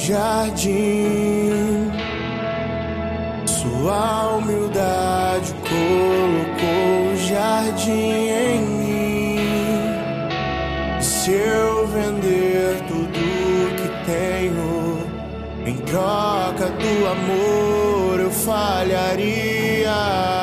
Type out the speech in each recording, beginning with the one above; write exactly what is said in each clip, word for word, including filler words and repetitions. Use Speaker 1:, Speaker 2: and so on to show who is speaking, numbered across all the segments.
Speaker 1: jardim. Sua humildade colocou o jardim em mim. Se eu vender tudo que tenho em troca do amor, eu falharia.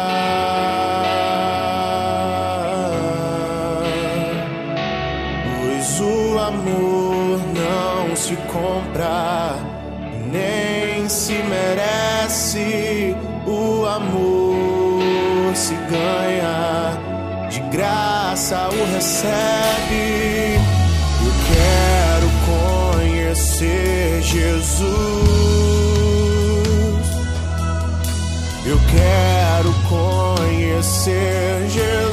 Speaker 1: Pois o amor não se compra, nem se merece. O amor se ganha, de graça o recebe. Eu quero conhecer Jesus. Eu quero conhecer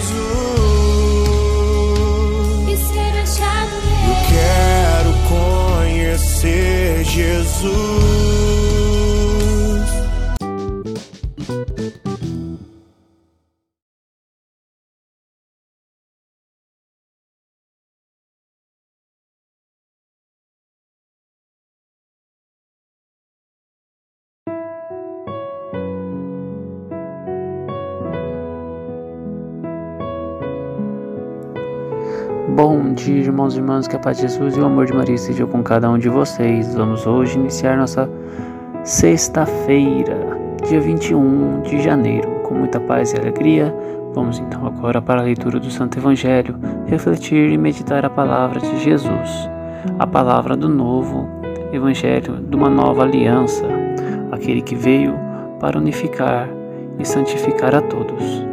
Speaker 1: Jesus.
Speaker 2: E ser achado nele.
Speaker 1: Eu quero conhecer Jesus.
Speaker 3: Bom dia, irmãos e irmãs, que a paz de Jesus e o amor de Maria esteja com cada um de vocês. Vamos hoje iniciar nossa sexta-feira, dia vinte e um de janeiro, com muita paz e alegria. Vamos então agora para a leitura do Santo Evangelho, refletir e meditar a palavra de Jesus, a palavra do novo Evangelho, de uma nova aliança, aquele que veio para unificar e santificar a todos.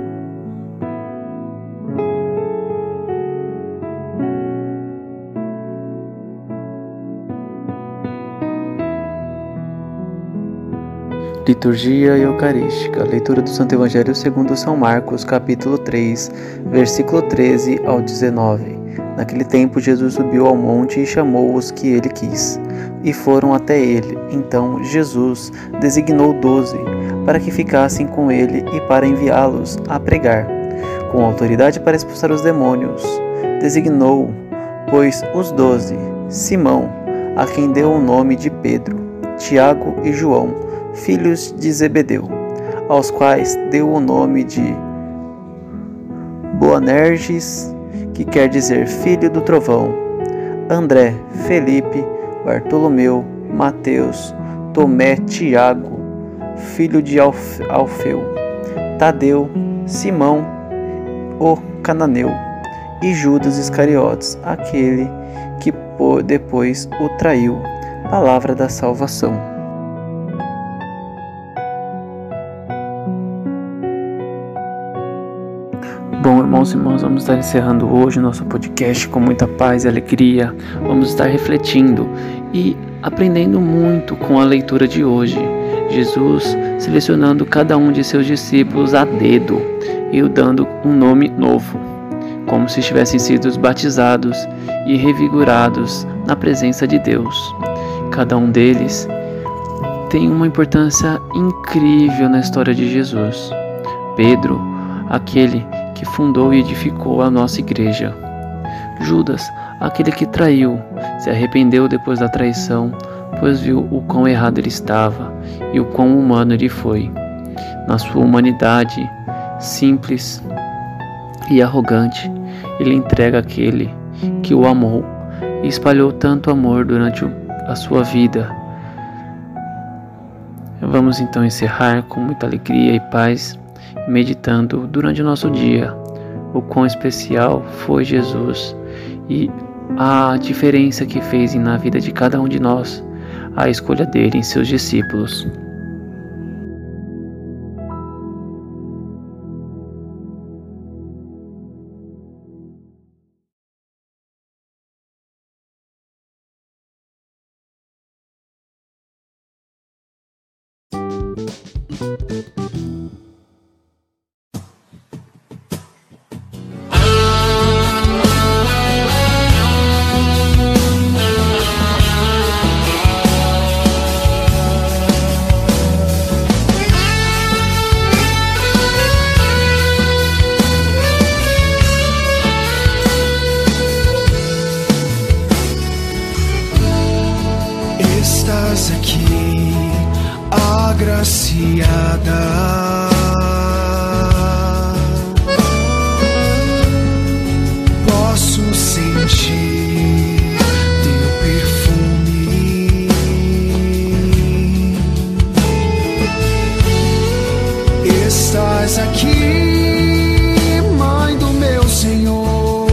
Speaker 3: Liturgia Eucarística. Leitura do Santo Evangelho segundo São Marcos, capítulo três, versículo treze ao dezenove. Naquele tempo Jesus subiu ao monte e chamou os que ele quis, e foram até ele. Então Jesus designou doze, para que ficassem com ele e para enviá-los a pregar, com autoridade para expulsar os demônios. Designou, pois, os doze: Simão, a quem deu o nome de Pedro, Tiago e João, filhos de Zebedeu, aos quais deu o nome de Boanerges, que quer dizer filho do trovão, André, Felipe, Bartolomeu, Mateus, Tomé, Tiago, filho de Alfeu, Tadeu, Simão, o cananeu, e Judas Iscariotes, aquele que depois o traiu. Palavra da salvação. Bom, irmãos e irmãs, vamos estar encerrando hoje o nosso podcast com muita paz e alegria. Vamos estar refletindo e aprendendo muito com a leitura de hoje. Jesus selecionando cada um de seus discípulos a dedo e o dando um nome novo, como se tivessem sido batizados e revigorados na presença de Deus. Cada um deles tem uma importância incrível na história de Jesus. Pedro, aquele que fundou e edificou a nossa igreja. Judas, aquele que traiu, se arrependeu depois da traição, pois viu o quão errado ele estava e o quão humano ele foi. Na sua humanidade simples e arrogante, ele entrega aquele que o amou e espalhou tanto amor durante a sua vida. Vamos então encerrar com muita alegria e paz, meditando durante o nosso dia o quão especial foi Jesus e a diferença que fez na vida de cada um de nós a escolha dele em seus discípulos.
Speaker 1: Está estás aqui, agraciada. Posso sentir teu perfume. Estás aqui, Mãe do meu Senhor.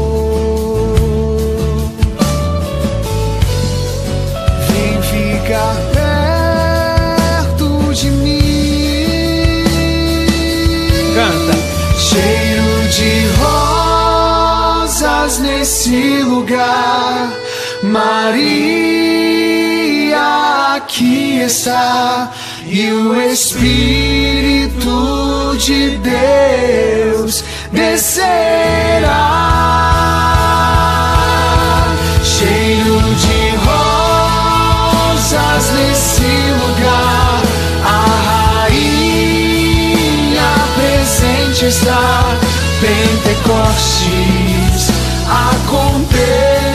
Speaker 1: Vem ficar perto de mim.
Speaker 3: Canta.
Speaker 1: Cheiro de rosas nesse lugar, Maria aqui está, e o Espírito de Deus descerá. Cheiro de rosas nesse lugar, a rainha presente está. Pentecostes acontece.